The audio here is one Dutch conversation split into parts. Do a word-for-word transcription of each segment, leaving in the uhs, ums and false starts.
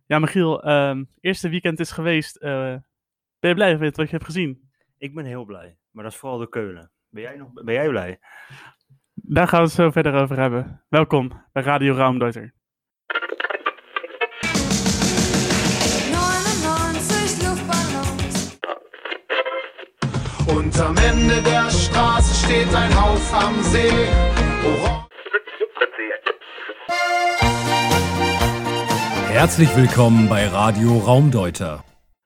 Ja, Michiel, ehm eerste weekend is geweest. Eh, ben je blij met wat je hebt gezien? Ik ben heel blij, maar dat is vooral door Keulen. Ben jij, nog, ben jij blij? Daar gaan we het zo verder over hebben. Welkom bij Radio Raumdeuter. neunundneunzig Luftballons. Und am Ende der Straße steht ein Haus am See. Oran- Herzlich willkommen bei Radio Raumdeuter.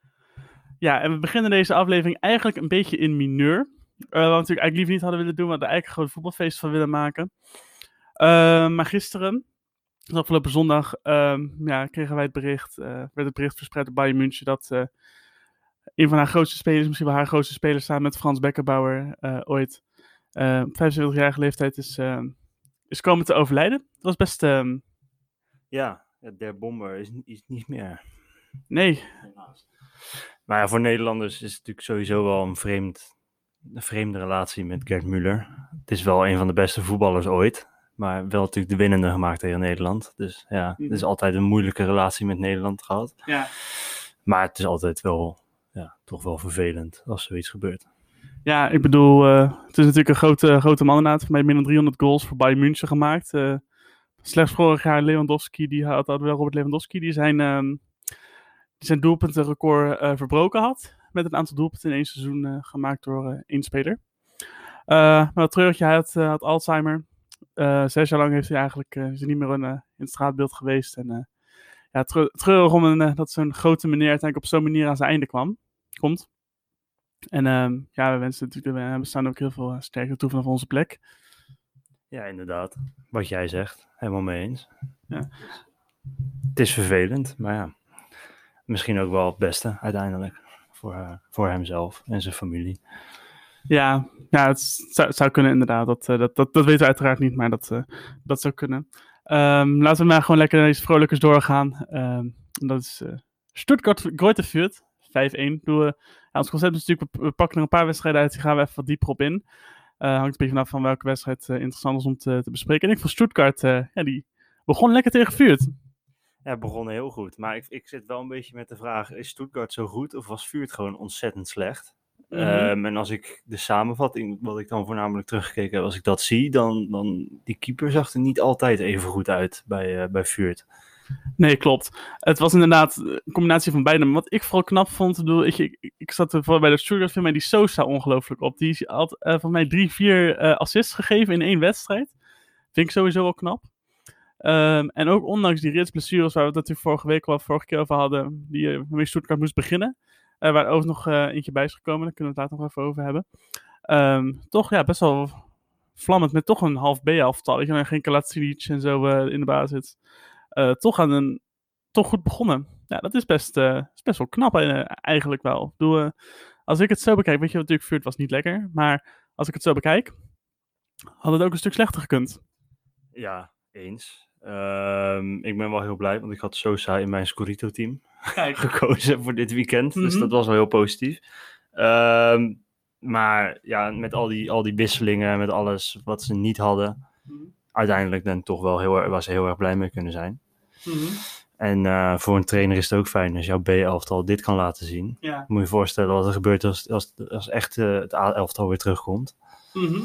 Ja, en we beginnen deze aflevering eigenlijk een beetje in mineur. Uh, wat we natuurlijk eigenlijk liever niet hadden willen doen, maar er eigenlijk een groot voetbalfeest van willen maken. Uh, maar gisteren, dus afgelopen zondag, uh, ja, kregen wij het bericht, uh, werd het bericht verspreid door Bayern München dat uh, een van haar grootste spelers, misschien wel haar grootste speler, samen met Frans Beckenbauer uh, ooit, uh, op vijfenzeventigjarige leeftijd is, uh, is komen te overlijden. Dat was best... Uh, Ja, der Bomber is, is niet meer. Nee. Helaas. Maar ja, voor Nederlanders is het natuurlijk sowieso wel een, vreemd, een vreemde relatie met Gerd Müller. Het is wel een van de beste voetballers ooit, maar wel natuurlijk de winnende gemaakt tegen Nederland. Dus ja, Mm-hmm. het is altijd een moeilijke relatie met Nederland gehad. Ja. Maar het is altijd wel, ja, toch wel vervelend als zoiets gebeurt. Ja, ik bedoel, uh, het is natuurlijk een grote, grote man inderdaad. Voor mij meer dan driehonderd goals voor Bayern München gemaakt. Uh, slechts vorig jaar Lewandowski, die had, had wel Robert Lewandowski, die zijn, um, die zijn doelpuntenrecord uh, verbroken had. Met een aantal doelpunten in één seizoen uh, gemaakt door uh, één speler. Uh, maar dat treurigje, hij had, uh, had Alzheimer. Uh, zes jaar lang heeft hij eigenlijk uh, is hij niet meer in, uh, in het straatbeeld geweest. En uh, ja, treur, treurig om een, uh, dat zo'n grote meneer uiteindelijk op zo'n manier aan zijn einde kwam, komt. En uh, ja, we wensen natuurlijk, we staan ook heel veel uh, sterkte toe vanaf onze plek. Ja, inderdaad. Wat jij zegt, helemaal mee eens. Ja. Het is vervelend, maar ja, misschien ook wel het beste uiteindelijk voor, uh, voor hemzelf en zijn familie. Ja, ja het zou, het zou kunnen inderdaad. Dat, uh, dat, dat, dat weten we uiteraard niet, maar dat, uh, dat zou kunnen. Um, laten we maar gewoon lekker naar deze vrolijkers doorgaan. Um, dat is uh, Stuttgart-Greuther Fürth, vijf-één. Doen we, ja, ons concept is natuurlijk, we, we pakken er een paar wedstrijden uit, die gaan we even wat dieper op in. Uh, hangt een beetje vanaf van welke wedstrijd uh, interessant is om te, te bespreken. En ik vond Stuttgart, uh, ja, die begon lekker tegen Fürth. Ja, het begon heel goed. Maar ik, ik zit wel een beetje met de vraag, is Stuttgart zo goed of was Fürth gewoon ontzettend slecht? Mm-hmm. Um, en als ik de samenvatting, wat ik dan voornamelijk teruggekeken heb, als ik dat zie, dan, dan die keeper zag er niet altijd even goed uit bij, uh, bij Fürth. Nee, klopt. Het was inderdaad een combinatie van beide. Maar wat ik vooral knap vond, bedoel, ik, ik, ik zat er bij de Stuttgart film, maar die Sosa ongelooflijk op. Die had uh, van mij drie, vier uh, assists gegeven in één wedstrijd. Vind ik sowieso wel knap. Um, en ook ondanks die ritsblessures, waar we het natuurlijk vorige week al vorige keer over hadden, die uh, waarmee Stuttgart moest beginnen. Uh, waar ook nog uh, eentje bij is gekomen, daar kunnen we het later nog even over hebben. Um, toch ja, best wel vlammend met toch een half B-elftal. Weet je, geen Kalatsinic en zo uh, in de basis. Uh, toch aan een toch goed begonnen. Ja, dat is best, uh, is best wel knap uh, eigenlijk wel. Ik bedoel, uh, als ik het zo bekijk, weet je natuurlijk, Fürth was niet lekker, maar als ik het zo bekijk, had het ook een stuk slechter gekund. Ja, eens. Um, ik ben wel heel blij, want ik had Sosa in mijn Scorito-team gekozen voor dit weekend. Mm-hmm. Dus dat was wel heel positief. Um, maar ja, met al die, al die wisselingen, met alles wat ze niet hadden, mm-hmm. uiteindelijk dan toch wel heel, was ze heel erg blij mee kunnen zijn. Mm-hmm. En uh, voor een trainer is het ook fijn als jouw B-elftal dit kan laten zien. Ja. Moet je je voorstellen wat er gebeurt als, als, als echt uh, het A-elftal weer terugkomt. Mm-hmm.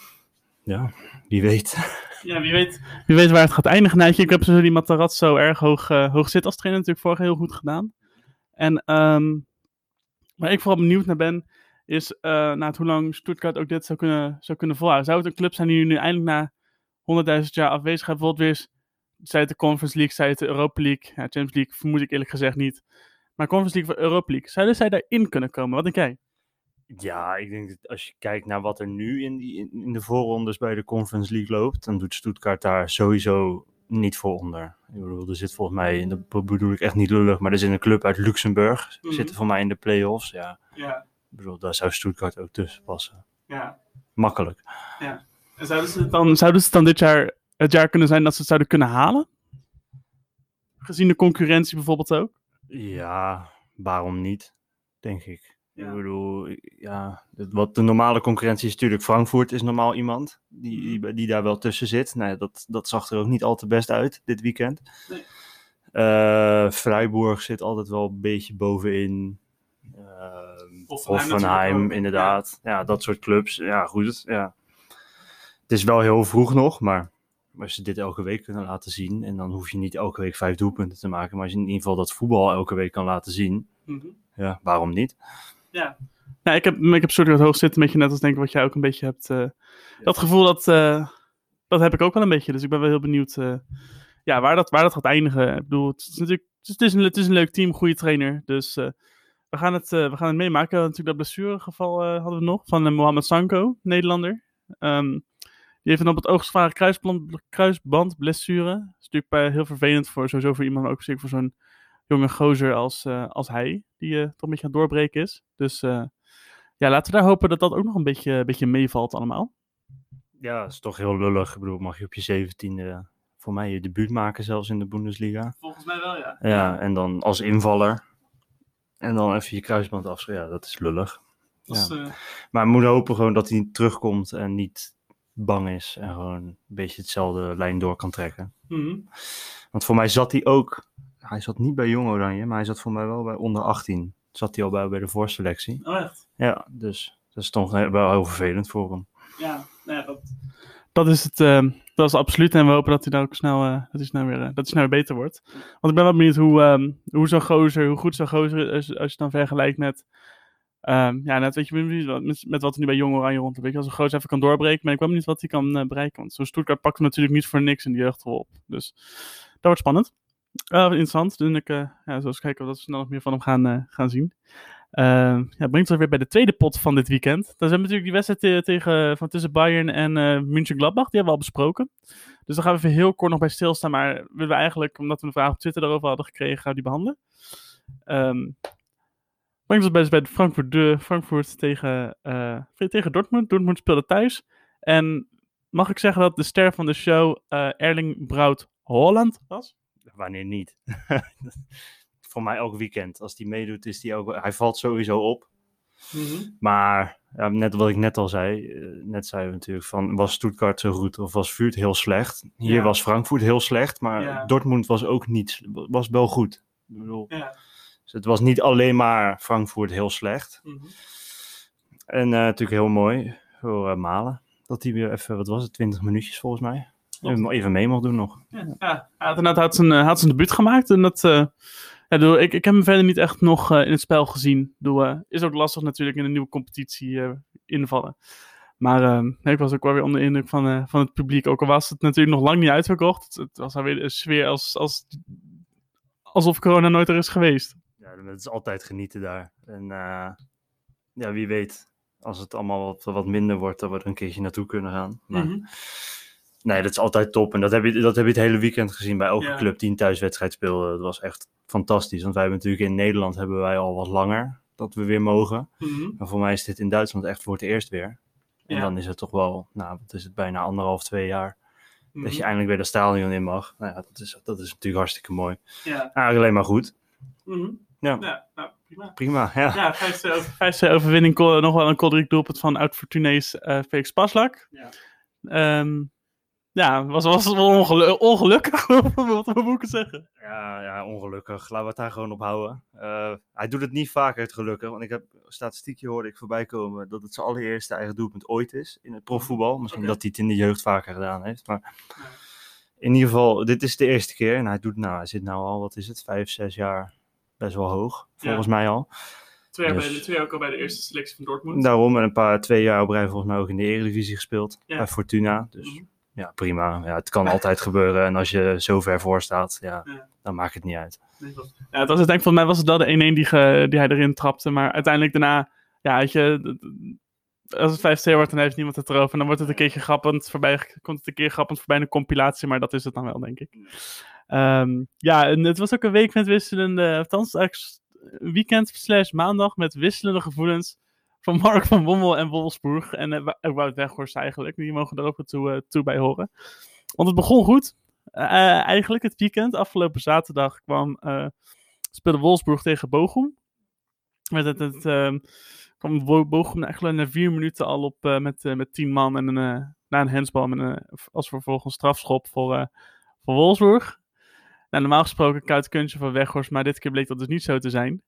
Ja, wie weet. Ja, wie weet, wie weet waar het gaat eindigen. Nou, ik heb zo die Matarazzo erg hoog, uh, hoog zitten als trainer natuurlijk vorig heel goed gedaan. En um, waar ik vooral benieuwd naar ben, is uh, na het hoe lang Stuttgart ook dit zou kunnen, zou kunnen volhouden. Zou het een club zijn die nu eindelijk na honderdduizend jaar afwezigheid bijvoorbeeld weer, zij het de Conference League, zij het de Europa League, ja, Champions League vermoed ik eerlijk gezegd niet, maar Conference League voor Europa League, zouden zij daarin kunnen komen? Wat denk jij? Ja, ik denk dat als je kijkt naar wat er nu in, die, in, in de voorrondes bij de Conference League loopt, dan doet Stuttgart daar sowieso niet voor onder. Ik bedoel, er zit volgens mij, en dat bedoel ik echt niet lullig, maar er zit een club uit Luxemburg, mm-hmm. zitten voor mij in de play-offs. Ja. Ja. Ik bedoel, daar zou Stuttgart ook tussen passen. Ja. Makkelijk. Ja. En zouden ze, het dan, zouden ze het dan dit jaar het jaar kunnen zijn dat ze het zouden kunnen halen? Gezien de concurrentie bijvoorbeeld ook? Ja, waarom niet, denk ik. Ja. Ik bedoel, ja, wat de normale concurrentie is natuurlijk, Frankfurt is normaal iemand die, die, die daar wel tussen zit. Nou, dat, dat zag er ook niet al te best uit dit weekend. Nee. Uh, Freiburg zit altijd wel een beetje bovenin. Uh, Hoffenheim, Hoffenheim inderdaad. Ja. ja, dat soort clubs. Ja, goed. Ja. Het is wel heel vroeg nog, maar als ze dit elke week kunnen laten zien, en dan hoef je niet elke week vijf doelpunten te maken, maar als je in ieder geval dat voetbal elke week kan laten zien, mm-hmm. ja, waarom niet? Ja, nou, ik heb, ik heb Stuttgart hoog zitten, een beetje net als denk ik wat jij ook een beetje hebt. Uh, ja. Dat gevoel, dat, uh, dat heb ik ook wel een beetje, dus ik ben wel heel benieuwd uh, ja, waar, dat, waar dat gaat eindigen. Ik bedoel, het is natuurlijk het is een, het is een leuk team, goede trainer, dus uh, we, gaan het, uh, we gaan het meemaken. We hadden natuurlijk dat blessuregeval uh, hadden we nog, van uh, Mohamed Sanko, Nederlander. Um, Die heeft een op het oog zware kruisband, kruisbandblessure. Dat is natuurlijk bij, heel vervelend voor sowieso voor iemand, maar ook zeker voor zo'n jonge gozer als, uh, als hij. Die uh, toch een beetje aan het doorbreken is. Dus uh, ja, laten we daar hopen dat dat ook nog een beetje, een beetje meevalt allemaal. Ja, dat is toch heel lullig. Ik bedoel, mag je op je zeventiende voor mij je debuut maken zelfs in de Bundesliga? Volgens mij wel, ja. Ja, en dan als invaller. En dan even je kruisband afschrijven. Ja, dat is lullig. Dat ja. is, uh... Maar we moeten hopen gewoon dat hij terugkomt en niet bang is en gewoon een beetje hetzelfde lijn door kan trekken. Mm-hmm. Want voor mij zat hij ook, hij zat niet bij Jong Oranje, maar hij zat voor mij wel bij onder achttien. Zat hij al bij, bij de voorselectie. Oh echt? Ja, dus dat is toch wel heel vervelend voor hem. Ja, nou ja dat, dat is het, uh, dat is absoluut. En we hopen dat hij daar ook snel, uh, dat hij snel weer, uh, dat hij snel weer beter wordt. Want ik ben wel benieuwd hoe, um, hoe zo'n gozer, hoe goed zo'n gozer is, als je dan vergelijkt met Um, ja, net weet je, met, met wat er nu bij Jong Oranje rond. Weet je, als een gozer even kan doorbreken, maar ik weet niet wat hij kan uh, bereiken. Want zo'n Stuttgart pakt hem natuurlijk niet voor niks in de jeugd op. Dus dat wordt spannend. Uh, interessant. Dus ik, uh, ja, zo eens kijken of we snel nog meer van hem gaan, uh, gaan zien. Uh, ja, brengt ons weer bij de tweede pot van dit weekend. Dan hebben we natuurlijk die wedstrijd te, tegen, van tussen Bayern en uh, Mönchengladbach. Die hebben we al besproken. Dus daar gaan we even heel kort nog bij stilstaan. Maar willen we eigenlijk, omdat we een vraag op Twitter daarover hadden gekregen, gaan we die behandelen. Um, Brengt ons bij, bij Frankfurt, de Frankfurt tegen, uh, tegen Dortmund. Dortmund speelde thuis. En mag ik zeggen dat de ster van de show uh, Erling Braut Haaland was? Wanneer niet? Voor mij elk weekend. Als hij meedoet, is hij ook... Hij valt sowieso op. Mm-hmm. Maar ja, net wat ik net al zei, uh, net zeiden we natuurlijk van, was Stuttgart zo goed of was Fürth heel slecht? Hier ja. was Frankfurt heel slecht, maar ja. Dortmund was ook niet, was wel goed. Ik bedoel... Ja. Dus het was niet alleen maar Frankfurt heel slecht. Mm-hmm. En uh, natuurlijk heel mooi voor uh, Malen. Dat hij weer even, wat was het, twintig minuutjes volgens mij. Even, even mee mocht doen nog. Ja, ja. Hij had, had, zijn, uh, had zijn debuut gemaakt. En dat, uh, ja, doe, ik, ik heb hem verder niet echt nog uh, in het spel gezien. Doe, uh, is ook lastig natuurlijk in een nieuwe competitie uh, invallen. Maar uh, nee, ik was ook wel weer onder de indruk van, uh, van het publiek. Ook al was het natuurlijk nog lang niet uitverkocht. Het, het was alweer een sfeer als, als, alsof corona nooit er is geweest. Ja, het is altijd genieten daar. En uh, ja, wie weet, als het allemaal wat, wat minder wordt, dat we er een keertje naartoe kunnen gaan. Maar mm-hmm. nee, dat is altijd top. En dat heb je, dat heb je het hele weekend gezien bij elke ja. club die een thuiswedstrijd speelde. Dat was echt fantastisch. Want wij hebben natuurlijk in Nederland hebben wij al wat langer dat we weer mogen. Mm-hmm. Maar voor mij is dit in Duitsland echt voor het eerst weer. En ja. dan is het toch wel, nou, wat is het, bijna anderhalf, twee jaar. Mm-hmm. Dat je eindelijk weer de stadion in mag. Nou ja, dat is, dat is natuurlijk hartstikke mooi. Ja. Eigenlijk alleen maar goed. Mm-hmm. Ja, ja nou, prima. Prima, ja. Ja, vijfde overwinning, nog wel een Kolderiek doelpunt van oud-Fortunees uh, Felix Paslak. Ja, um, ja was, was wel ongelu- ongelukkig, wat moet ik zeggen? Ja, ja, ongelukkig. Laten we het daar gewoon op houden. Uh, hij doet het niet vaker, het gelukkig. Want ik heb statistiekje hoorde ik voorbij komen dat het zijn allereerste eigen doelpunt ooit is in het profvoetbal. Misschien okay. dat hij het in de jeugd vaker gedaan heeft, maar... Ja. In ieder geval, dit is de eerste keer en hij doet, nou, hij zit nou al, wat is het, vijf, zes jaar... Best wel hoog, volgens ja. mij al. Twee jaar, dus, bij de, twee jaar ook al bij de eerste selectie van Dortmund. Daarom, en een paar, twee jaar op rij volgens mij ook in de Eredivisie gespeeld. Ja. Bij Fortuna. Dus mm-hmm. ja, prima. Ja, het kan altijd gebeuren. En als je zo ver voor staat, ja, ja. dan maakt het niet uit. Nee, ja, het was het, denk ik, volgens mij was het wel de één-één die, ge, die hij erin trapte. Maar uiteindelijk daarna, ja, weet je... Als het vijf twee wordt, dan heeft niemand het erover. En dan wordt het een keertje grappend voorbij. Komt het een keer grappend voorbij in een compilatie. Maar dat is het dan wel, denk ik. Um, ja, en het was ook een week met wisselende... Althans, een weekend slash maandag met wisselende gevoelens van Mark van Bommel en Wolfsburg. En uh, ook Wout Weghorst eigenlijk. Die mogen er ook wat toe, uh, toe bij horen. Want het begon goed. Uh, eigenlijk het weekend. Afgelopen zaterdag kwam... Uh, speelde Wolfsburg tegen Bochum. Met het... het um, kwam Bochum eigenlijk na vier minuten al op uh, met, uh, met tien man. En een, uh, na een handsbal met een, als vervolgens strafschop voor, uh, voor Wolfsburg. Nou, normaal gesproken koud kunstje van Weghorst, maar dit keer bleek dat dus niet zo te zijn.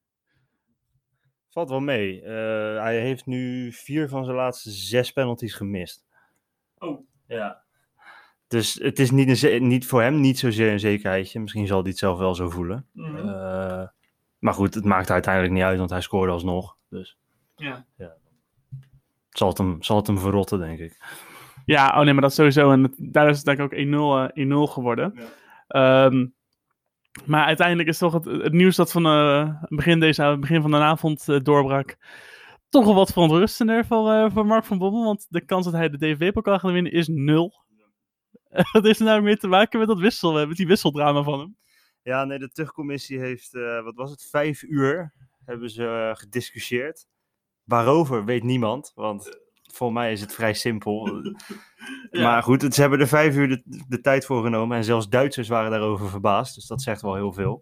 Valt wel mee. Uh, hij heeft nu vier van zijn laatste zes penalties gemist. Oh. Ja. Dus het is niet, een, niet voor hem niet zozeer een zekerheidje. Misschien zal hij het zelf wel zo voelen. Mm-hmm. Uh, maar goed, het maakt uiteindelijk niet uit, want hij scoorde alsnog. Dus ja. ja. Zal, het hem, zal het hem verrotten, denk ik. Ja, oh nee, maar dat sowieso. En het, daar is het denk ik ook één nul, uh, één nul geworden. Ja. Um, maar uiteindelijk is toch het, het nieuws dat van uh, begin, deze, begin van de avond uh, doorbrak... toch wel wat verontrustender voor, uh, voor Mark van Bommel. Want de kans dat hij de D F B-pokaal gaat winnen is nul. Dat is nou meer te maken met dat wissel, met die wisseldrama van hem. Ja, nee, de terugcommissie heeft, uh, wat was het, vijf uur hebben ze uh, gediscussieerd. Waarover weet niemand, want volgens mij is het vrij simpel. Ja. Maar goed, het, ze hebben er vijf uur de, de tijd voor genomen en zelfs Duitsers waren daarover verbaasd. Dus dat zegt wel heel veel.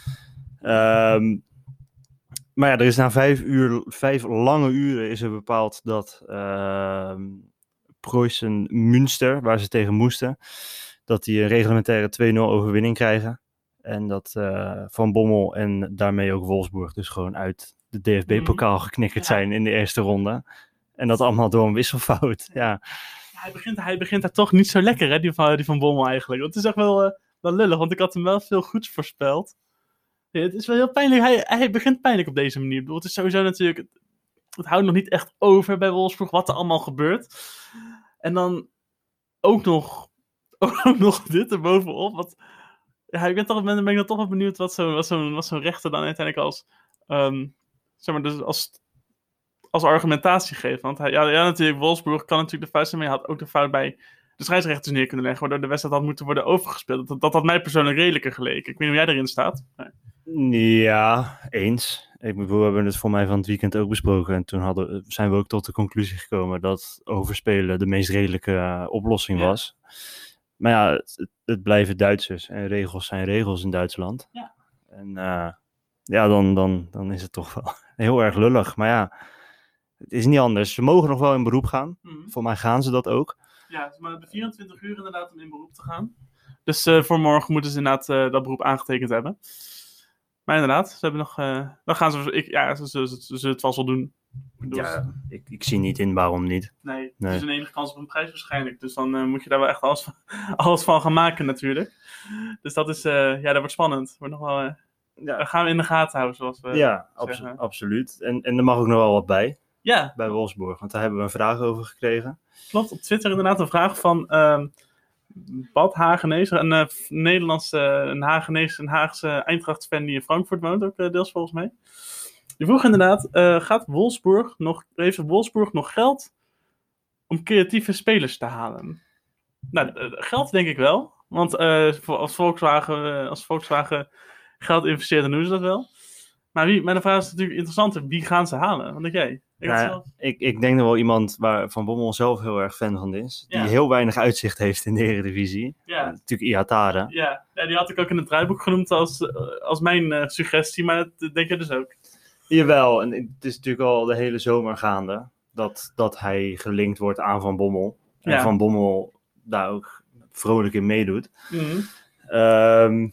Um, maar ja, er is na vijf uur, vijf lange uren is er bepaald dat uh, Preußen Münster, waar ze tegen moesten, dat die een reglementaire twee nul overwinning krijgen. En dat uh, Van Bommel en daarmee ook Wolfsburg dus gewoon uit de D F B-pokaal geknikkerd zijn in de eerste ronde. En dat allemaal door een wisselfout, ja. Ja, hij, begint, hij begint daar toch niet zo lekker, hè, die van, die van Bommel eigenlijk. Want het is echt wel, uh, wel lullig, want ik had hem wel veel goeds voorspeld. Ja, het is wel heel pijnlijk, hij, hij begint pijnlijk op deze manier. Ik bedoel, het is sowieso natuurlijk, het, het houdt nog niet echt over bij Wolfsburg wat er allemaal gebeurt. En dan ook nog, ook nog dit erbovenop, wat... Ja, ik ben, toch, ben, ben ik dan toch wel benieuwd wat zo'n, wat zo'n, wat zo'n rechter dan uiteindelijk als, um, zeg maar, dus als, als argumentatie geeft. Want hij, ja, ja, natuurlijk, Wolfsburg kan natuurlijk de fout zijn, maar hij had ook de fout bij de scheidsrechters neer kunnen leggen, waardoor de wedstrijd had moeten worden overgespeeld. Dat, dat had mij persoonlijk redelijker geleken. Ik weet niet hoe jij erin staat. Nee. Ja, eens. Ik bedoel, we hebben het voor mij van het weekend ook besproken. En toen hadden, zijn we ook tot de conclusie gekomen dat overspelen de meest redelijke uh, oplossing ja. was. Maar ja, het, het blijven Duitsers en regels zijn regels in Duitsland. Ja. En uh, ja, dan, dan, dan is het toch wel heel erg lullig. Maar ja, het is niet anders. Ze mogen nog wel in beroep gaan. Mm-hmm. Voor mij gaan ze dat ook. Ja, maar we hebben vierentwintig uur inderdaad om in beroep te gaan. Dus uh, voor morgen moeten ze inderdaad uh, dat beroep aangetekend hebben. Maar inderdaad, ze hebben nog... Uh, dan gaan ze... Ik, ja, ze zullen het vast wel doen. Dus, ja, ik, ik zie niet in waarom niet. Nee, nee. Het is een enige kans op een prijs waarschijnlijk. Dus dan uh, moet je daar wel echt alles van, alles van gaan maken natuurlijk. Dus dat is... Uh, ja, dat wordt spannend. Wordt nog wel... Uh, ja. Dat gaan we in de gaten houden, zoals we Ja, abso- absoluut. En, en er mag ook nog wel wat bij. Ja. Bij Wolfsburg, want daar hebben we een vraag over gekregen. Klopt, op Twitter inderdaad een vraag van... Uh, Bad Hagenees, een uh, Nederlandse, een Hagenees, een Haagse Eintracht-fan die in Frankfurt woont, ook uh, deels volgens mij. Die vroeg inderdaad, uh, gaat Wolfsburg nog, heeft Wolfsburg nog geld om creatieve spelers te halen? Nou, uh, geld denk ik wel, want uh, als, Volkswagen, uh, als Volkswagen geld investeert, dan doen ze dat wel. Maar, wie, maar de vraag is natuurlijk interessanter, wie gaan ze halen? Wat denk jij? Ik, nou, zelf... ik, ik denk er wel iemand waar Van Bommel zelf heel erg fan van is. Die ja. heel weinig uitzicht heeft in de Eredivisie. Ja. Uh, natuurlijk Ihatare. Ja. ja, die had ik ook in het draaiboek genoemd als, uh, als mijn uh, suggestie. Maar dat denk je dus ook. Jawel, en het is natuurlijk al de hele zomer gaande. Dat, dat hij gelinkt wordt aan Van Bommel. En ja. Van Bommel daar ook vrolijk in meedoet. Mm-hmm. Um,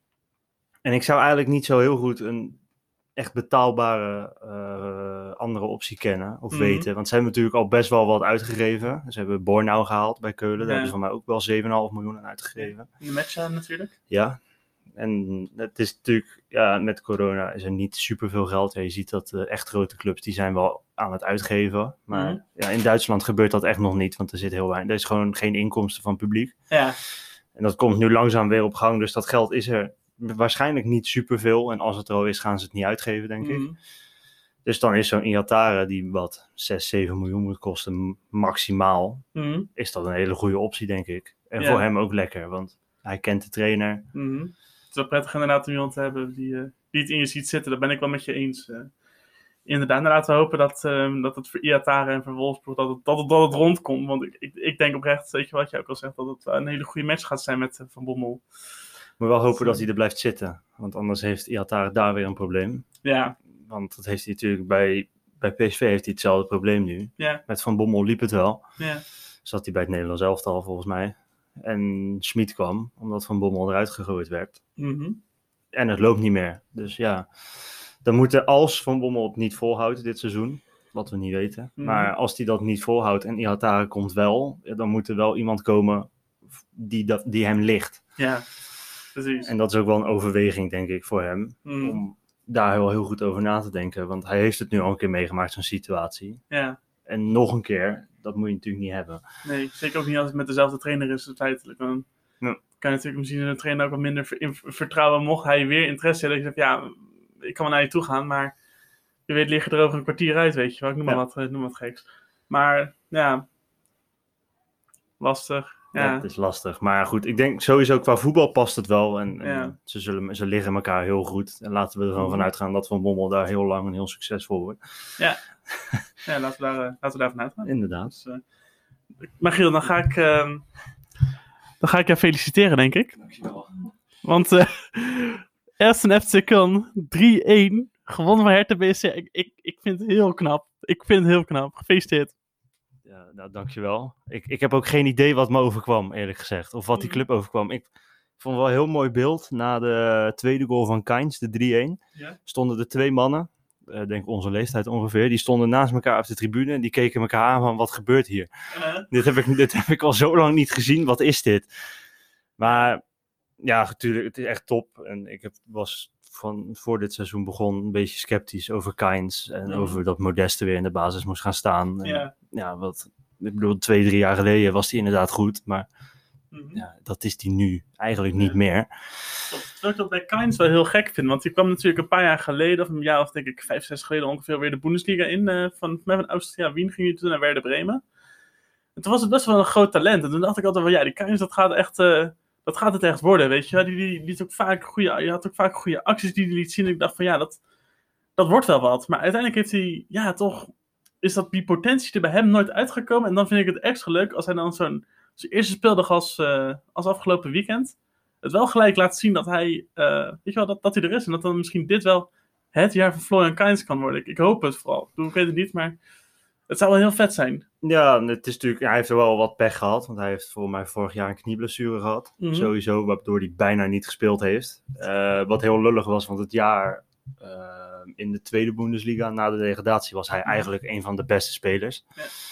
en ik zou eigenlijk niet zo heel goed een... echt betaalbare uh, andere optie kennen of mm-hmm. weten. Want ze hebben natuurlijk al best wel wat uitgegeven. Ze hebben Bornau gehaald bij Keulen. Daar ja. hebben ze van mij ook wel zeven komma vijf miljoen aan uitgegeven. In de match natuurlijk. Ja. En het is natuurlijk... Ja, met corona is er niet superveel geld. Ja, je ziet dat uh, echt grote clubs, die zijn wel aan het uitgeven. Maar mm-hmm. ja, in Duitsland gebeurt dat echt nog niet. Want er zit heel weinig... Er is gewoon geen inkomsten van publiek. Ja. En dat komt nu langzaam weer op gang. Dus dat geld is er... waarschijnlijk niet superveel. En als het er al is, gaan ze het niet uitgeven, denk mm-hmm. ik. Dus dan is zo'n Ihatare die wat zes, zeven miljoen moet kosten, maximaal. Mm-hmm. Is dat een hele goede optie, denk ik. En ja. voor hem ook lekker, want hij kent de trainer. Mm-hmm. Het is wel prettig inderdaad om iemand te hebben die, uh, die het in je ziet zitten. Dat ben ik wel met je eens. Uh, inderdaad, en laten we hopen dat, uh, dat het voor Ihatare en voor Wolfsburg dat het, dat het, dat het rondkomt. Want ik, ik, ik denk oprecht, weet je wat je ook al zegt, dat het een hele goede match gaat zijn met uh, Van Bommel. Maar wel hopen dat hij er blijft zitten. Want anders heeft Ihatare daar weer een probleem. Ja. Want dat heeft hij natuurlijk bij, bij P S V heeft hij hetzelfde probleem nu. Ja. Met Van Bommel liep het wel. Ja. Zat hij bij het Nederlands elftal volgens mij. En Schmid kwam, omdat Van Bommel eruit gegooid werd. Mm-hmm. En het loopt niet meer. Dus ja, dan moeten als Van Bommel het niet volhoudt dit seizoen, wat we niet weten. Mm-hmm. Maar als hij dat niet volhoudt en Ihatare komt wel, ja, dan moet er wel iemand komen die, dat, die hem ligt. Ja, precies. En dat is ook wel een overweging, denk ik, voor hem. Mm. Om daar heel, heel goed over na te denken. Want hij heeft het nu al een keer meegemaakt, zo'n situatie. Ja, En nog een keer, dat moet je natuurlijk niet hebben. nee, zeker ook niet als het met dezelfde trainer is, feitelijk. Dan Ja. kan je natuurlijk misschien de trainer ook wat minder ver- in- vertrouwen, mocht hij weer interesse hebben. Dat je zegt, ja, ik kan wel naar je toe gaan, maar je weet, lig je er over een kwartier uit, weet je wel. Ik noem maar, Ja. wat, ik noem wat geks. Maar, ja, lastig. Ja. Ja, Het is lastig. Maar goed, ik denk sowieso qua voetbal past het wel. En, en Ja. ze, zullen, ze liggen elkaar heel goed. En laten we er gewoon Mhm. vanuit gaan dat Van Bommel daar heel lang en heel succesvol wordt. ja. ja laten, we daar, eh, laten we daar vanuit gaan. Inderdaad. Dus, eh, maar Giel, dan ga ik, ehm, dan ga ik jou feliciteren, denk ik. Dankjewel. Want uh, Aston F C Köln drie-één, gewonnen van Hertha B S C. Ik, ik, ik vind het heel knap. Ik vind het heel knap. Gefeliciteerd. Ja, nou, dankjewel. Ik, ik heb ook geen idee wat me overkwam, eerlijk gezegd. Of wat die club overkwam. Ik vond wel een heel mooi beeld. Na de tweede goal van Kainz, de drie-één, Ja. stonden er twee mannen, uh, denk onze leeftijd ongeveer, die stonden naast elkaar op de tribune en die keken elkaar aan van, wat gebeurt hier? Uh, Dit heb ik, dit heb ik al zo lang niet gezien. Wat is dit? Maar ja, natuurlijk, het is echt top. En ik heb, was van voor dit seizoen begon een beetje sceptisch over Kainz. En Mm. over dat Modeste weer in de basis moest gaan staan. En, ja. ja, wat, ik bedoel, twee, drie jaar geleden was hij inderdaad goed. Maar Mhm. ja, dat is hij nu eigenlijk niet meer. Terwijl ik dat bij Kainz wel heel gek vind. Want die kwam natuurlijk een paar jaar geleden, of een jaar of denk ik vijf, zes geleden ongeveer, weer de Bundesliga in. Uh, van, met van Austria Wien ging hij toen naar Werder Bremen. En toen was het best wel een groot talent. En toen dacht ik altijd van, ja, die Kainz, dat gaat echt... Uh, dat gaat het echt worden, weet je. Die, die, die liet ook vaak goede, je had ook vaak goede acties die hij liet zien. En ik dacht van, ja, dat, dat wordt wel wat. Maar uiteindelijk heeft hij, ja, toch... is dat die potentie er bij hem nooit uitgekomen. En dan vind ik het extra leuk als hij dan zo'n... zijn eerste speeldag als, uh, als afgelopen weekend... het wel gelijk laat zien dat hij... Uh, weet je wel, dat, dat hij er is. En dat dan misschien dit wel het jaar van Florian Kainz kan worden. Ik, ik hoop het vooral. Ik, bedoel, ik weet het niet, maar... het zou wel heel vet zijn. Ja, het is natuurlijk, hij heeft er wel wat pech gehad. Want hij heeft voor mij vorig jaar een knieblessure gehad. Mm-hmm. Sowieso, waardoor hij bijna niet gespeeld heeft. Uh, wat heel lullig was, want het jaar uh, in de tweede Bundesliga na de degradatie was hij eigenlijk een van de beste spelers.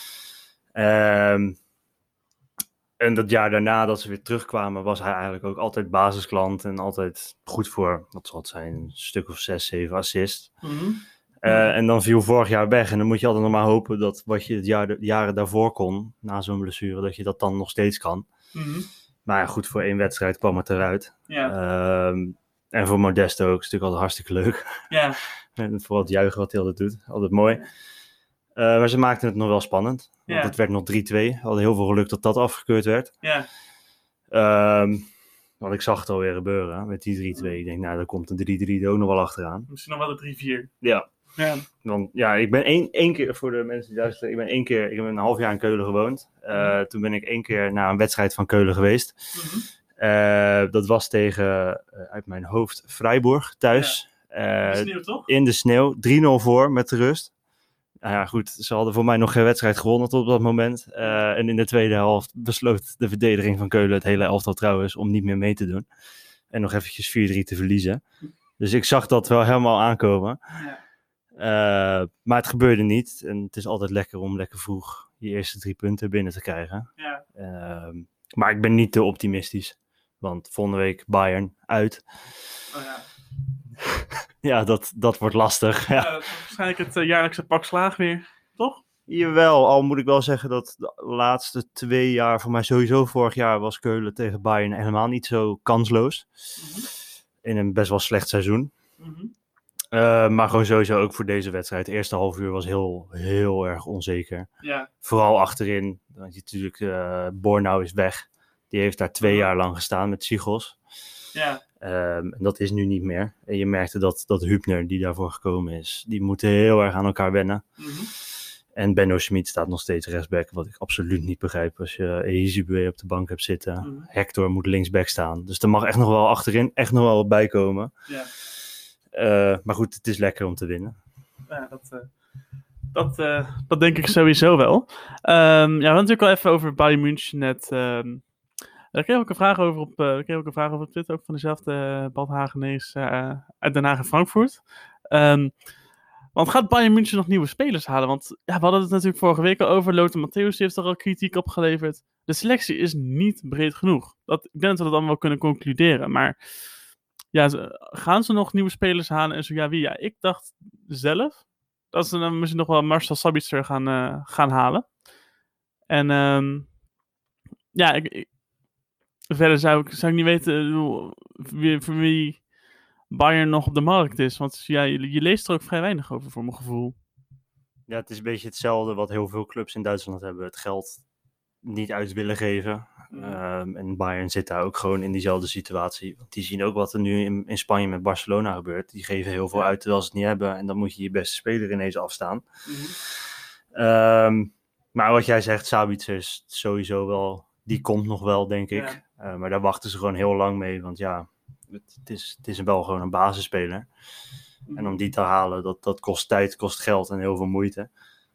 Ja. Um, en dat jaar daarna dat ze weer terugkwamen, was hij eigenlijk ook altijd basisklant. En altijd goed voor, wat zal het zijn, een stuk of zes, zeven assists. Mm-hmm. Uh, en dan viel vorig jaar weg. En dan moet je altijd nog maar hopen dat wat je het jaar, de jaren daarvoor kon, na zo'n blessure, dat je dat dan nog steeds kan. Mm-hmm. Maar ja, goed, voor één wedstrijd kwam het eruit. Ja. Um, en voor Modesto ook, is natuurlijk altijd hartstikke leuk. Ja. En vooral het juichen wat hij altijd doet, altijd mooi. Uh, maar ze maakten het nog wel spannend. Want Ja. het werd nog drie twee. We hadden heel veel geluk dat dat afgekeurd werd. Ja. Um, want ik zag het alweer gebeuren met die drie twee. Ik denk, nou, daar komt een drie drie er ook nog wel achteraan. Misschien nog wel de drie vier. Ja. Ja. Want ja, ik ben één, één keer, voor de mensen die luisteren, ik ben één keer, ik heb een half jaar in Keulen gewoond. Uh, mm-hmm. Toen ben ik één keer naar een wedstrijd van Keulen geweest. Mm-hmm. Uh, dat was tegen, uh, uit mijn hoofd, Freiburg thuis. Ja. Uh, de sneeuw, toch? In de sneeuw, drie nul voor met de rust. Nou ja, goed, ze hadden voor mij nog geen wedstrijd gewonnen tot op dat moment. Uh, en in de tweede helft besloot de verdediging van Keulen, het hele elftal trouwens, om niet meer mee te doen. En nog eventjes vier drie te verliezen. Dus ik zag dat wel helemaal aankomen. Ja. Uh, maar het gebeurde niet. En het is altijd lekker om lekker vroeg je eerste drie punten binnen te krijgen. Ja. Uh, maar ik ben niet te optimistisch. Want volgende week Bayern uit. Oh ja. Ja, dat, dat wordt lastig. Ja. Ja, dat is waarschijnlijk het uh, jaarlijkse pak slaag weer, toch? Jawel, al moet ik wel zeggen dat de laatste twee jaar, voor mij sowieso vorig jaar, was Keulen tegen Bayern helemaal niet zo kansloos. Mm-hmm. In een best wel slecht seizoen. Mm-hmm. Uh, maar gewoon sowieso ook voor deze wedstrijd. Het eerste half uur was heel, heel erg onzeker. Ja. Vooral achterin. Want je natuurlijk, uh, Bornau is weg. Die heeft daar twee uh-huh. jaar lang gestaan met Sigels. Ja. Um, en dat is nu niet meer. En je merkte dat, dat Hübner, die daarvoor gekomen is, die moeten heel erg aan elkaar wennen. Mm-hmm. En Benno Schmid staat nog steeds rechtsback, wat ik absoluut niet begrijp als je Ehizibue op de bank hebt zitten. Mm-hmm. Hector moet linksback staan. Dus er mag echt nog wel achterin echt nog wel wat bij komen. Ja. Uh, maar goed, het is lekker om te winnen. Ja, dat, uh, dat, uh, dat denk ik sowieso wel. Um, ja, we hadden natuurlijk al even over Bayern München net. Um, Daar kreeg ik ook een vraag over op, uh, kreeg ook een vraag over op Twitter, ook van dezelfde uh, Bart Hagenees uh, uit Den Haag en Frankfurt. Um, want gaat Bayern München nog nieuwe spelers halen? Want ja, we hadden het natuurlijk vorige week al over. Lothar Matthäus heeft er al kritiek op geleverd. De selectie is niet breed genoeg. Dat, ik denk dat we dat allemaal wel kunnen concluderen. Maar ja, gaan ze nog nieuwe spelers halen? En zo ja, wie? Ja, ik dacht zelf dat ze dan misschien nog wel Marcel Sabitzer gaan, uh, gaan halen. En um, ja, ik, ik, verder zou ik, zou ik niet weten uh, wie, voor wie Bayern nog op de markt is. Want ja, je, je leest er ook vrij weinig over, voor mijn gevoel. Ja, het is een beetje hetzelfde wat heel veel clubs in Duitsland hebben. Het geld niet uit willen geven. Ja. Um, en Bayern zit daar ook gewoon in diezelfde situatie. Want die zien ook wat er nu in, in Spanje met Barcelona gebeurt. Die geven heel veel ja. uit terwijl ze het niet hebben. En dan moet je je beste speler ineens afstaan. Mm-hmm. Um, maar wat jij zegt, Sabitzer is sowieso wel... Die komt nog wel, denk ik. Ja. Uh, maar daar wachten ze gewoon heel lang mee. Want ja, het, het, is, het is wel gewoon een basisspeler. Mm-hmm. En om die te halen, dat, dat kost tijd, kost geld en heel veel moeite.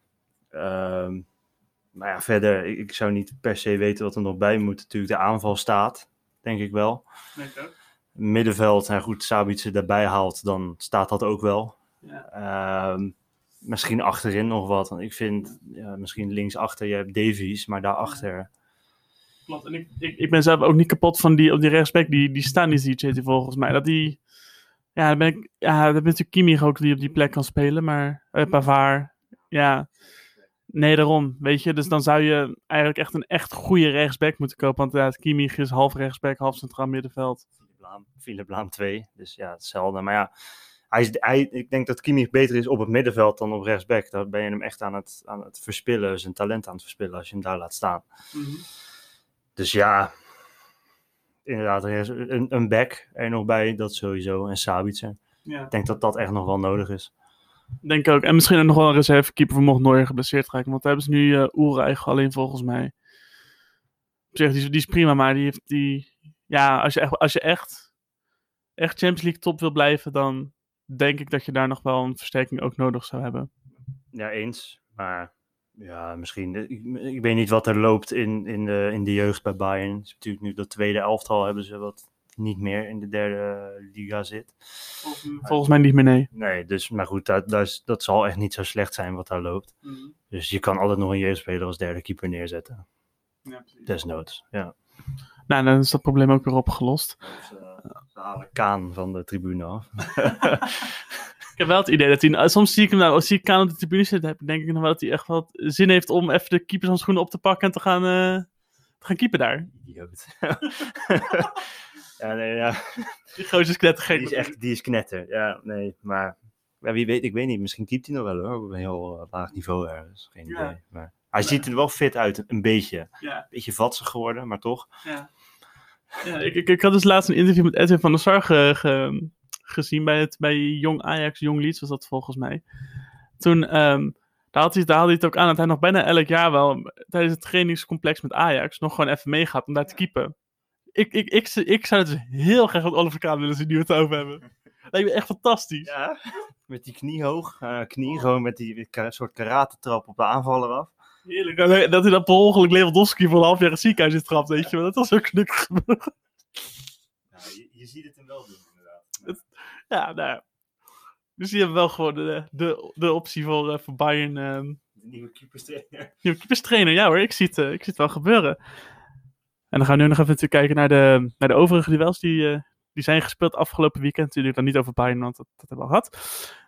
Um, maar ja, verder, ik, ik zou niet per se weten wat er nog bij moet. Natuurlijk, de aanval staat, denk ik wel. Denk ik ook. Middenveld, nou goed, Sabitzer daarbij haalt, dan staat dat ook wel. Ja. Um, misschien achterin nog wat. Want ik vind, ja, misschien linksachter, je hebt Davies, maar daarachter... Klopt, en ik, ik, ik ben zelf ook niet kapot van die, op die rechtsback, die, die Stanisic heet die volgens mij. Dat die, ja, dan ben ik, ja, dan ben natuurlijk Kimmich ook die op die plek kan spelen, maar uh, Pavard, ja... Nee, daarom, weet je. Dus dan zou je eigenlijk echt een echt goede rechtsback moeten kopen. Want ja, Kimmich is half rechtsback, half centraal middenveld. Philipp Lahm twee, dus ja, hetzelfde. Maar ja, hij is, hij, ik denk dat Kimmich beter is op het middenveld dan op rechtsback. Daar ben je hem echt aan het, aan het verspillen, zijn talent aan het verspillen als je hem daar laat staan. Mm-hmm. Dus ja, inderdaad, er is een, een back er nog bij, dat sowieso. En Sabitzer. Ja. Ik denk dat dat echt nog wel nodig is. Denk ik ook. En misschien ook nog wel een reservekeeper voor mocht Neuer geblesseerd raken. Want daar hebben ze nu uh, Ulreich alleen volgens mij. Op zich, die, die is prima, maar die heeft die... Ja, als je echt, als je echt, echt Champions League top wil blijven, dan denk ik dat je daar nog wel een versterking ook nodig zou hebben. Ja, eens. Maar ja, misschien... Ik, ik weet niet wat er loopt in, in, de, in de jeugd bij Bayern. Dus natuurlijk nu dat tweede elftal hebben ze wat... niet meer in de derde liga zit. Volgens mij niet meer, nee. Nee, dus, maar goed, dat, dat, is, dat zal echt niet zo slecht zijn wat daar loopt. Mm-hmm. Dus je kan altijd nog een jeugdspeler als derde keeper neerzetten. Ja, desnoods, ja. Nou, dan is dat probleem ook weer opgelost. Dus, uh, ze halen Kaan van de tribune af. Ik heb wel het idee dat hij... Soms zie ik hem nou, als ik Kaan op de tribune zit, denk ik nog wel dat hij echt wat zin heeft om even de keepershandschoenen op te pakken en te gaan, uh, te gaan keepen daar. Idioot. Ja, nee, ja. Die gozer is knettergek. Die is echt, die is knetter. Ja, nee, maar ja, wie weet, ik weet niet. Misschien keept hij nog wel hoor, op een heel uh, laag niveau ergens. Geen ja. idee. Maar hij ja. ziet er wel fit uit, een beetje. Ja. Een beetje vatsig geworden, maar toch. Ja. Ja, ik, ik, ik had dus laatst een interview met Edwin van der Sar ge, ge, gezien bij, het, bij Jong Ajax, Jong Leeds was dat volgens mij. Toen, um, daar had hij, daar had hij het ook aan dat hij nog bijna elk jaar wel tijdens het trainingscomplex met Ajax nog gewoon even meegaat om daar te keepen. Ik, ik, ik, ik zou het dus heel graag met Oliver Kahn willen zien, die we het over hebben. Dat lijkt me echt fantastisch. Ja, met die knie hoog, uh, knie gewoon met die ka- soort karate-trap op de aanvaller af. Heerlijk, dat hij dan per ongeluk Lewandowski voor een half jaar in het ziekenhuis is trapt, weet je wel. Dat was ook knukkig gebeurd. Ja, je, je ziet het hem wel doen, inderdaad. Het, ja, nou ja. Dus die hebben wel gewoon de, de, de optie voor, uh, voor Bayern. Um, de nieuwe keeperstrainer. Nieuwe keeperstrainer, ja hoor, ik zie het, uh, ik zie het wel gebeuren. En dan gaan we nu nog even natuurlijk kijken naar de, naar de overige duels die, uh, die zijn gespeeld afgelopen weekend. Natuurlijk dan niet over Bayern, want dat, dat hebben we al gehad.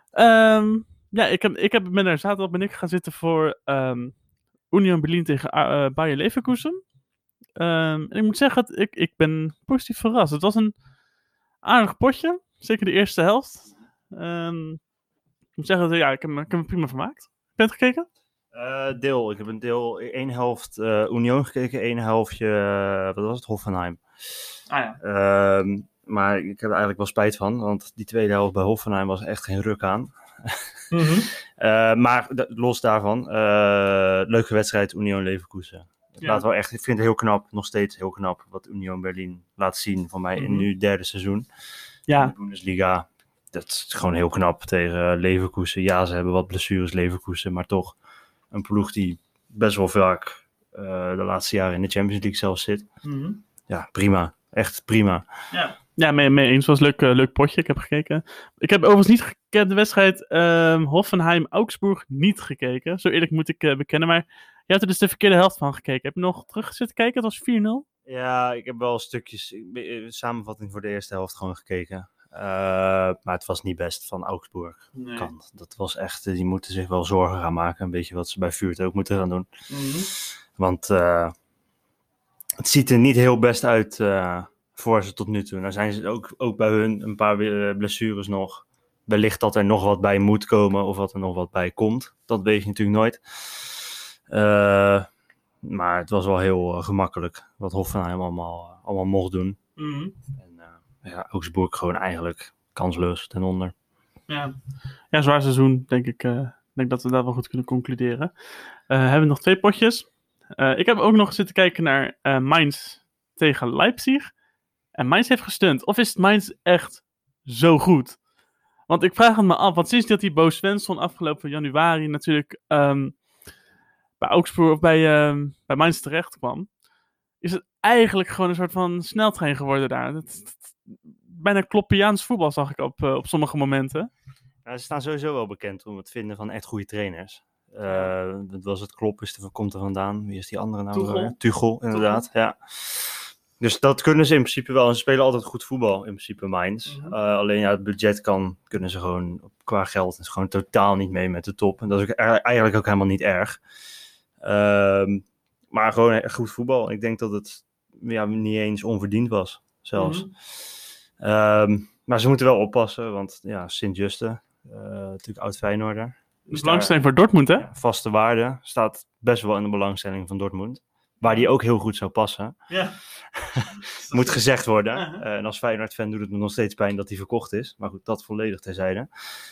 Um, ja, ik heb, ik heb ben er zaterdag ben ik gaan zitten voor um, Union Berlin tegen uh, Bayer Leverkusen. Um, en ik moet zeggen, dat ik, ik ben positief verrast. Het was een aardig potje, zeker de eerste helft. Um, ik moet zeggen, dat, ja, ik heb, ik heb me prima vermaakt. Heb je het gekeken? Uh, deel. Ik heb een deel, één helft uh, Union gekeken, één helftje, uh, wat was het, Hoffenheim. Ah ja. Um, maar ik heb er eigenlijk wel spijt van, want die tweede helft bij Hoffenheim was echt geen ruk aan. Mm-hmm. uh, maar d- los daarvan, uh, leuke wedstrijd Union Leverkusen. Het ja. laat wel echt, ik vind het heel knap, nog steeds heel knap, wat Union Berlin laat zien van mij mm-hmm. in nu derde seizoen. Ja. In de Bundesliga. Dat is gewoon heel knap tegen Leverkusen. Ja, ze hebben wat blessures Leverkusen, maar toch een ploeg die best wel vaak uh, de laatste jaren in de Champions League zelfs zit. Mm-hmm. ja, prima. Echt prima. Ja, ja mee, mee eens. Het was een leuk, uh, leuk potje. Ik heb gekeken. Ik heb overigens niet gekeken de wedstrijd uh, Hoffenheim-Augsburg niet gekeken. Zo eerlijk moet ik uh, bekennen. Maar je hebt er dus de verkeerde helft van gekeken. Heb je nog terug zitten kijken? Het was vier nul. Ja, ik heb wel stukjes, samenvatting voor de eerste helft gewoon gekeken. Uh, maar het was niet best van Augsburg. Nee. Kan. Dat was echt, die moeten zich wel zorgen gaan maken. Een beetje wat ze bij Vuurt ook moeten gaan doen. Mm-hmm. Want uh, het ziet er niet heel best uit uh, voor ze tot nu toe. Nou zijn ze ook, ook bij hun een paar blessures nog. Wellicht dat er nog wat bij moet komen of dat er nog wat bij komt. Dat weet je natuurlijk nooit. Uh, maar het was wel heel uh, gemakkelijk wat Hoffenheim allemaal, uh, allemaal mocht doen. Mm-hmm. En uh, ja, Augsburg gewoon eigenlijk kansloos ten onder. Ja, ja zwaar seizoen denk ik. Uh, denk dat we dat wel goed kunnen concluderen. Uh, hebben we nog twee potjes. Uh, ik heb ook nog zitten kijken naar uh, Mainz tegen Leipzig. En Mainz heeft gestund. Of is het Mainz echt zo goed? Want ik vraag het me af. Want sinds dat die Bo Svensson afgelopen januari natuurlijk um, bij Augsburg of bij, um, bij Mainz terecht kwam, is het eigenlijk gewoon een soort van sneltrein geworden daar. Het, het, bijna Kloppiaans voetbal zag ik op, uh, op sommige momenten. Ja, ze staan sowieso wel bekend om het vinden van echt goede trainers. Uh, dat was het Klopp, is er, komt er vandaan. Wie is die andere nou? Tuchel. Tuchel, inderdaad. Tuchel. Ja. Dus dat kunnen ze in principe wel. En ze spelen altijd goed voetbal, in principe Mainz. Mm-hmm. Uh, alleen ja, het budget kan, kunnen ze gewoon, qua geld, is gewoon totaal niet mee met de top. En dat is ook, eigenlijk ook helemaal niet erg. Uh, maar gewoon echt goed voetbal. Ik denk dat het ja, niet eens onverdiend was, zelfs. Mm-hmm. Uh, maar ze moeten wel oppassen, want ja, Sint-Juste, uh, natuurlijk oud Feyenoorder. De belangstelling voor Dortmund, hè? Ja, vaste waarde. Staat best wel in de belangstelling van Dortmund. Waar die ook heel goed zou passen. Ja. Moet gezegd worden. Uh-huh. Uh, en als Feyenoord-fan doet het me nog steeds pijn dat hij verkocht is. Maar goed, dat volledig terzijde.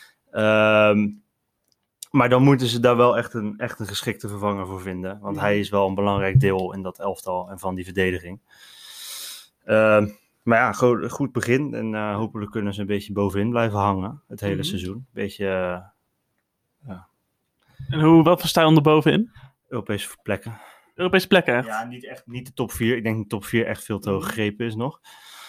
Um, maar dan moeten ze daar wel echt een, echt een geschikte vervanger voor vinden. Want ja. hij is wel een belangrijk deel in dat elftal en van die verdediging. Uh, maar ja, goed, goed begin. En uh, hopelijk kunnen ze een beetje bovenin blijven hangen. Het hele mm-hmm. seizoen. Beetje... Uh, Ja. En hoe, wat versta je onder bovenin? Europese plekken. Europese plekken, echt? Ja, niet echt, niet de top vier. Ik denk dat de top vier echt veel te hoog gegrepen is nog.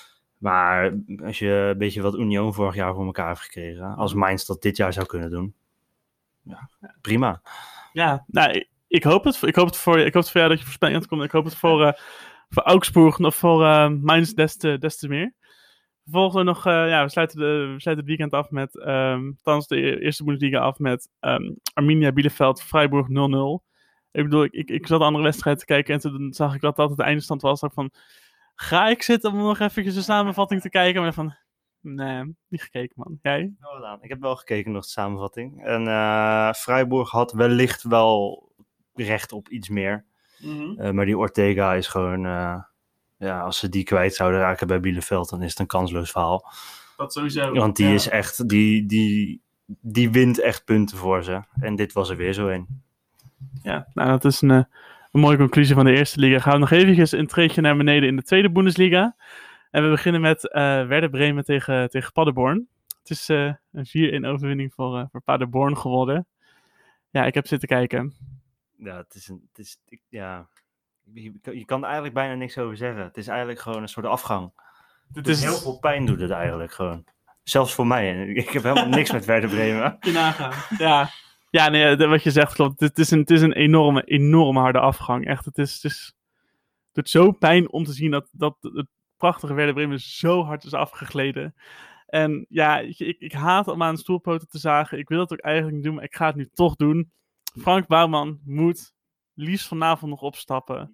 Maar als je een beetje wat Union vorig jaar voor elkaar heeft gekregen, als Mainz dat dit jaar zou kunnen doen, ja, prima. Ja, nou, ik, ik hoop het. Ik hoop het voor, ik hoop het voor jou dat je voorspelling komt. Ik hoop het voor, uh, voor Augsburg of voor uh, Mainz des te, des te meer. Vervolgens nog, uh, ja, we sluiten, de, we sluiten het weekend af met, um, thans de eerste Bundesliga af met um, Arminia Bielefeld, Freiburg nul nul. Ik bedoel, ik, ik, ik zat de andere wedstrijd te kijken en toen zag ik dat dat het eindstand was. Ik van, ga ik zitten om nog eventjes een samenvatting te kijken? Maar van, nee, niet gekeken, man. Jij? Nou, ik heb wel gekeken nog de samenvatting. En uh, Freiburg had wellicht wel recht op iets meer. Mm-hmm. Uh, maar die Ortega is gewoon... Uh, Ja, als ze die kwijt zouden raken bij Bielefeld, dan is het een kansloos verhaal. Dat sowieso. Want die ja. is echt, die, die, die wint echt punten voor ze. En dit was er weer zo een. Ja, nou dat is een, een mooie conclusie van de eerste liga. Gaan we nog eventjes een treedje naar beneden in de tweede Bundesliga. En we beginnen met uh, Werder Bremen tegen, tegen Paderborn. Het is uh, een vier-een overwinning voor, uh, voor Paderborn geworden. Ja, ik heb zitten kijken. Ja, het is een, het is, ja... Je kan er eigenlijk bijna niks over zeggen. Het is eigenlijk gewoon een soort afgang. Het is heel veel pijn doet het eigenlijk gewoon. Zelfs voor mij. Ik heb helemaal niks met Werder Bremen. Je nagaan. Ja, ja nee, wat je zegt klopt. Het is een, het is een enorme, enorme harde afgang. Echt, het is, het is het doet zo pijn om te zien dat, dat het prachtige Werder Bremen zo hard is afgegleden. En ja, ik, ik, ik haat om aan de stoelpoten te zagen. Ik wil het ook eigenlijk niet doen, maar ik ga het nu toch doen. Frank Bouwman moet liefst vanavond nog opstappen.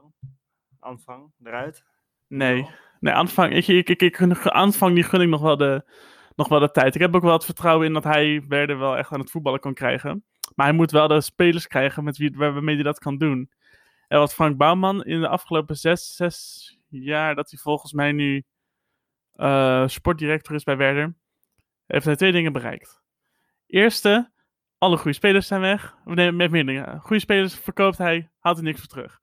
Aanvang eruit? Nee, nee aanvang, ik, ik, ik, ik, aanvang die gun ik nog wel, de, nog wel de tijd. Ik heb ook wel het vertrouwen in dat hij Werder wel echt aan het voetballen kan krijgen. Maar hij moet wel de spelers krijgen met wie, waarmee hij dat kan doen. En wat Frank Bouwman in de afgelopen zes, zes jaar, dat hij volgens mij nu uh, sportdirector is bij Werder, heeft hij twee dingen bereikt. Eerste, alle goede spelers zijn weg. Nee, met meer dingen. Goede spelers verkoopt hij, haalt hij niks voor terug.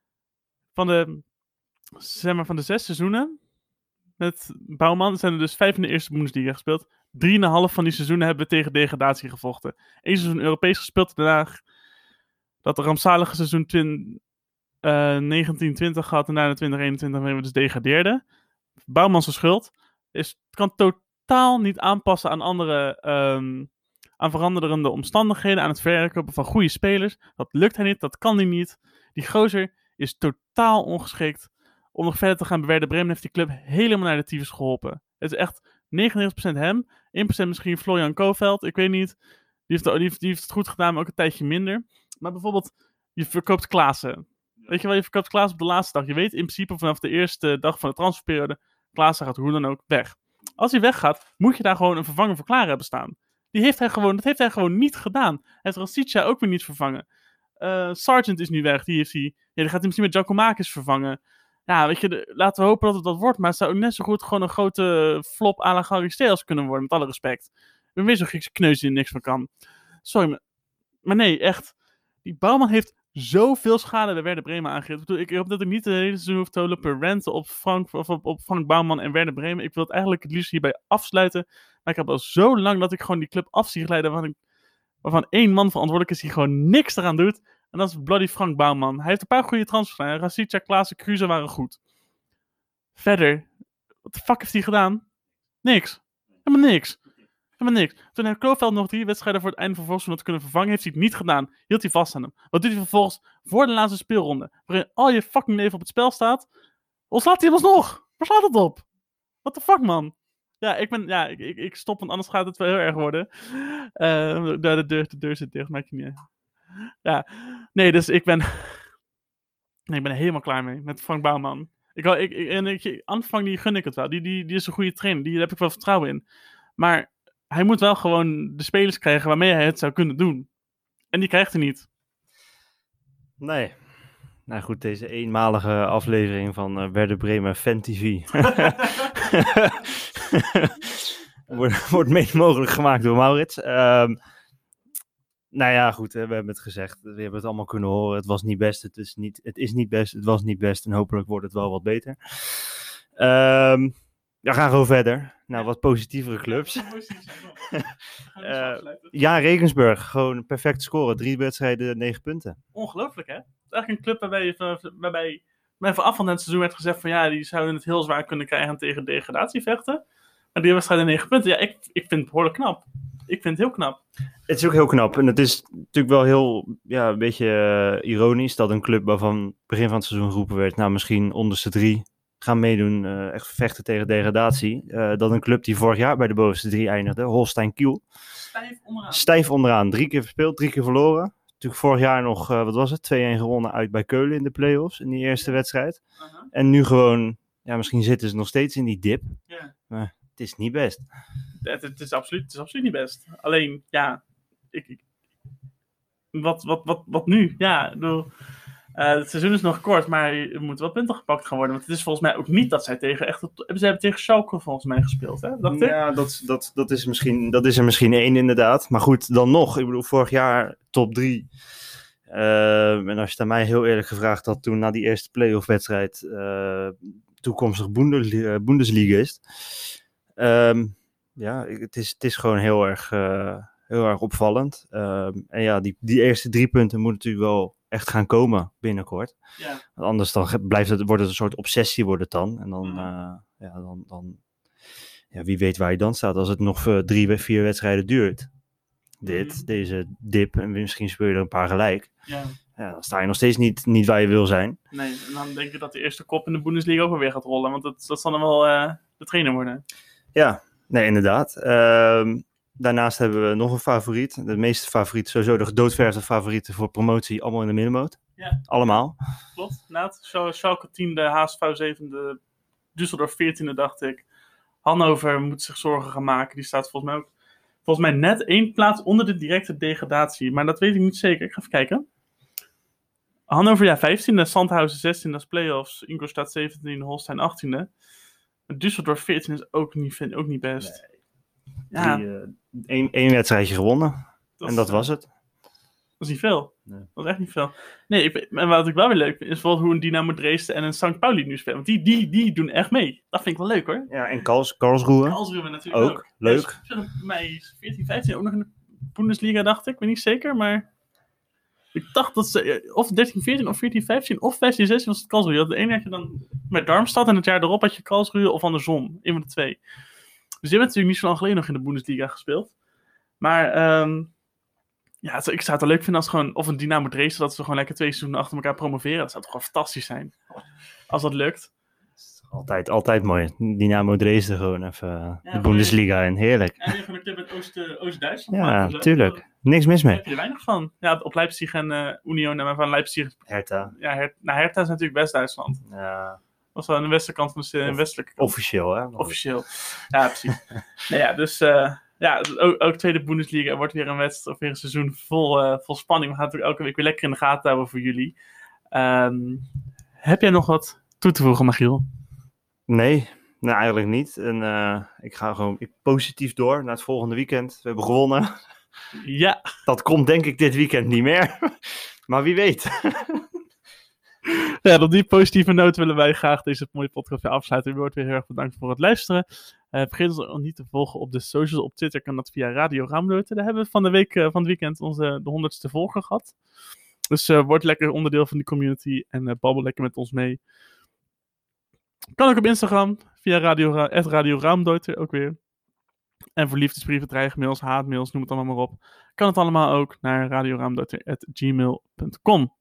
Van de, zeg maar, van de zes seizoenen met Bouwman zijn er dus vijf in de eerste Bundesliga gespeeld. Drieënhalf van die seizoenen hebben we tegen degradatie gevochten. Eén seizoen Europees gespeeld, daarna dat rampzalige seizoen twin, uh, negentien twintig gehad en daarna twintig eenentwintig waarin we dus degradeerden. Bouwmans schuld. Is, kan totaal niet aanpassen aan andere, um, aan veranderende omstandigheden, aan het verkopen van goede spelers. Dat lukt hij niet, dat kan hij niet. Die gozer is totaal ongeschikt om nog verder te gaan bij Werder Bremen. Heeft die club helemaal naar de tyfus geholpen. Het is echt negenennegentig procent hem, één procent misschien Florian Kohfeldt, ik weet niet. Die heeft, die, heeft, die heeft het goed gedaan, maar ook een tijdje minder. Maar bijvoorbeeld, je verkoopt Klaassen. Weet je wel, je verkoopt Klaassen op de laatste dag. Je weet in principe vanaf de eerste dag van de transferperiode, Klaassen gaat hoe dan ook weg. Als hij weggaat, moet je daar gewoon een vervanger voor klaar hebben staan. Die heeft hij gewoon, dat heeft hij gewoon niet gedaan. Hij heeft Rashica ook weer niet vervangen. Uh, Sargent is nu weg, die, heeft hij, ja, die gaat hij misschien met Giacomakis vervangen. Ja, weet je, de, laten we hopen dat het dat wordt. Maar het zou ook net zo goed gewoon een grote flop à la Charisteas kunnen worden, met alle respect. Ik ben weer zo'n Griekse kneus die er niks van kan. Sorry, maar, maar nee, echt. Die Bouwman heeft zoveel schade bij Werder Bremen aangericht. Ik bedoel, ik hoop dat ik niet de hele seizoen hoef te lopen ranten op Frank, of op, op Frank Bouwman en Werder Bremen. Ik wil het eigenlijk het liefst hierbij afsluiten. Maar ik heb al zo lang dat ik gewoon die club af zie glijden, waarvan, ik, waarvan één man verantwoordelijk is die gewoon niks eraan doet. En dat is bloody Frank Bouwman. Hij heeft een paar goede transfers gedaan. Rashica, Klaassen, Kruse waren goed. Verder, wat de fuck heeft hij gedaan? Niks. Helemaal niks. Helemaal niks. Toen heeft Kohfeldt nog drie wedstrijden voor het einde van Volkswagen te kunnen vervangen, heeft hij het niet gedaan. Hield hij vast aan hem. Wat doet hij vervolgens voor de laatste speelronde? Waarin al je fucking leven op het spel staat. Ontslaat hij hem alsnog? Waar slaat het op? What the fuck, man? Ja, ik ben, ja, ik, ik, ik stop, want anders gaat het wel heel erg worden. Uh, de, de, deur, de deur zit dicht, maak je niet uit. Ja, nee, dus ik ben... Nee, ik ben er helemaal klaar mee met Frank Bouwman. Ik, ik, ik, en ik, Anfang, die gun ik het wel. Die, die, die is een goede trainer, die, daar heb ik wel vertrouwen in. Maar hij moet wel gewoon de spelers krijgen waarmee hij het zou kunnen doen. En die krijgt hij niet. Nee. Nou goed, deze eenmalige aflevering van uh, Werder Bremen Fan T V wordt, wordt mede mogelijk gemaakt door Maurits. Um, nou ja, goed, hè, we hebben het gezegd. We hebben het allemaal kunnen horen. Het was niet best, het is niet, het is niet best, het was niet best. En hopelijk wordt het wel wat beter. Um, ja, gaan gewoon verder. Nou, wat positievere clubs. uh, ja, Regensburg. Gewoon perfect scoren. Drie wedstrijden, negen punten. Ongelooflijk, hè? Het is eigenlijk een club waarbij, waarbij, waarbij vooraf van het seizoen werd gezegd van ja, die zouden het heel zwaar kunnen krijgen tegen degradatie vechten. Maar die wedstrijden negen punten, ja, ik, ik vind het behoorlijk knap. Ik vind het heel knap. Het is ook heel knap. En het is natuurlijk wel heel, ja, een beetje uh, ironisch dat een club waarvan begin van het seizoen geroepen werd, nou misschien onderste drie gaan meedoen, uh, echt vechten tegen degradatie. Uh, dat een club die vorig jaar bij de bovenste drie eindigde, Holstein Kiel. Stijf onderaan. Stijf onderaan. Drie keer verspeeld, drie keer verloren. Natuurlijk vorig jaar nog, uh, wat was het, twee-een gewonnen uit bij Keulen in de play-offs, in die eerste wedstrijd. Uh-huh. En nu gewoon, ja, misschien zitten ze nog steeds in die dip. Yeah. Maar het is niet best. Het, het, is, absoluut, het is absoluut niet best. Alleen, ja, ik, ik, wat, wat, wat, wat nu? Ja, ik bedoel, uh, het seizoen is nog kort, maar er moeten wel punten gepakt gaan worden. Want het is volgens mij ook niet dat zij tegen, echt, ze hebben tegen Schalke volgens mij gespeeld, hè? Dacht ik? Ja, dat, dat, dat, is misschien, dat is er misschien één inderdaad. Maar goed, dan nog. Ik bedoel, vorig jaar top drie. Uh, en als je het aan mij heel eerlijk gevraagd had toen na die eerste play-off wedstrijd uh, toekomstig Bundes- Bundesliga is. Um, ja, het is, het is gewoon heel erg, uh, heel erg opvallend. Um, en ja, die, die eerste drie punten moeten natuurlijk wel echt gaan komen binnenkort. Ja. Want anders dan blijft het, wordt het een soort obsessie wordt het dan. En dan, mm. uh, ja, dan, dan ja, wie weet waar je dan staat als het nog uh, drie, vier wedstrijden duurt. Dit, mm. deze dip en misschien speel je er een paar gelijk. Ja. Ja, dan sta je nog steeds niet, niet waar je wil zijn. Nee, en dan denk ik dat de eerste kop in de Bundesliga ook weer gaat rollen. Want dat, dat zal dan wel uh, de trainer worden. Ja, nee, inderdaad. Uh, daarnaast hebben we nog een favoriet. De meeste favorieten, sowieso de gedoodverfde favorieten voor promotie, allemaal in de middenmoot. Ja. Allemaal. Klopt, Naat. Schalke tiende, H S V zevende, Düsseldorf veertiende dacht ik. Hannover moet zich zorgen gaan maken. Die staat volgens mij ook, volgens mij net één plaats onder de directe degradatie. Maar dat weet ik niet zeker. Ik ga even kijken. Hannover, ja, vijftiende, Sandhausen zestiende, dat is play-offs. Ingolstadt zeventiende, Holstein achttiende. Düsseldorf veertiende is ook niet, vind, ook niet best. Nee. Ja. Die, uh, één, één wedstrijdje gewonnen. Dat en dat is, was het. Dat is niet veel. Nee. Dat is echt niet veel. Nee, ik, en wat ik wel weer leuk vind, is bijvoorbeeld hoe een Dynamo Dresden en een Sankt Pauli nu spelen. Want die, die, die doen echt mee. Dat vind ik wel leuk, hoor. Ja, en Karls, Karlsruhe. Karlsruhe natuurlijk ook. ook. Leuk. Dus, bij mij is veertien, vijftien ook nog in de Bundesliga, dacht ik. Ik weet niet zeker, maar... Ik dacht dat ze of dertien veertien of veertien vijftien of vijftien zestien was het Karlsruhe. Het ene had je dan met Darmstadt en het jaar erop had je Karlsruhe of andersom. Een van de twee. Dus je hebt natuurlijk niet zo lang geleden nog in de Bundesliga gespeeld. Maar um, ja, het, ik zou het wel leuk vinden als gewoon, of een Dynamo Dresden, dat ze gewoon lekker twee seizoenen achter elkaar promoveren. Dat zou toch wel fantastisch zijn. Als dat lukt. Altijd, altijd mooi. Dynamo Dresden gewoon even Ja, de Bundesliga in. Heerlijk. En weer van een club uit Oost, Oost-Duitsland. Ja, dus, tuurlijk. Daar Niks mis mee. heb je er weinig van. Ja, op Leipzig en uh, Union, maar van Leipzig. Hertha. Ja, Her- nou, Hertha is natuurlijk West-Duitsland. Ja. Dat was wel aan de westenkant van de uh, westelijke kant. Officieel, hè? Officieel. Ja, precies. nou ja, dus uh, ja, ook, ook tweede Bundesliga wordt weer een wedstrijd of weer een seizoen vol, uh, vol spanning. We gaan natuurlijk elke week weer lekker in de gaten houden voor jullie. Um, heb jij nog wat toe te voegen, Michiel? Nee, nou eigenlijk niet. En uh, ik ga gewoon ik positief door naar het volgende weekend. We hebben gewonnen. Ja. Dat komt denk ik dit weekend niet meer. Maar wie weet. Ja, op die positieve noot willen wij graag deze mooie podcast weer afsluiten. U wordt weer heel erg bedankt voor het luisteren. Uh, vergeet ons ook niet te volgen op de socials. Op Twitter kan dat via Radio Raamdeuter. Daar hebben we van de week, uh, van het weekend onze de honderdste volger gehad. Dus uh, word lekker onderdeel van die community en uh, babbel lekker met ons mee. Kan ook op Instagram, via radio, at Radio Raamdeuter ook weer. En voor liefdesbrieven, dreigmails, haatmails, noem het allemaal maar op. Kan het allemaal ook naar radioraamdeuter at gmail dot com.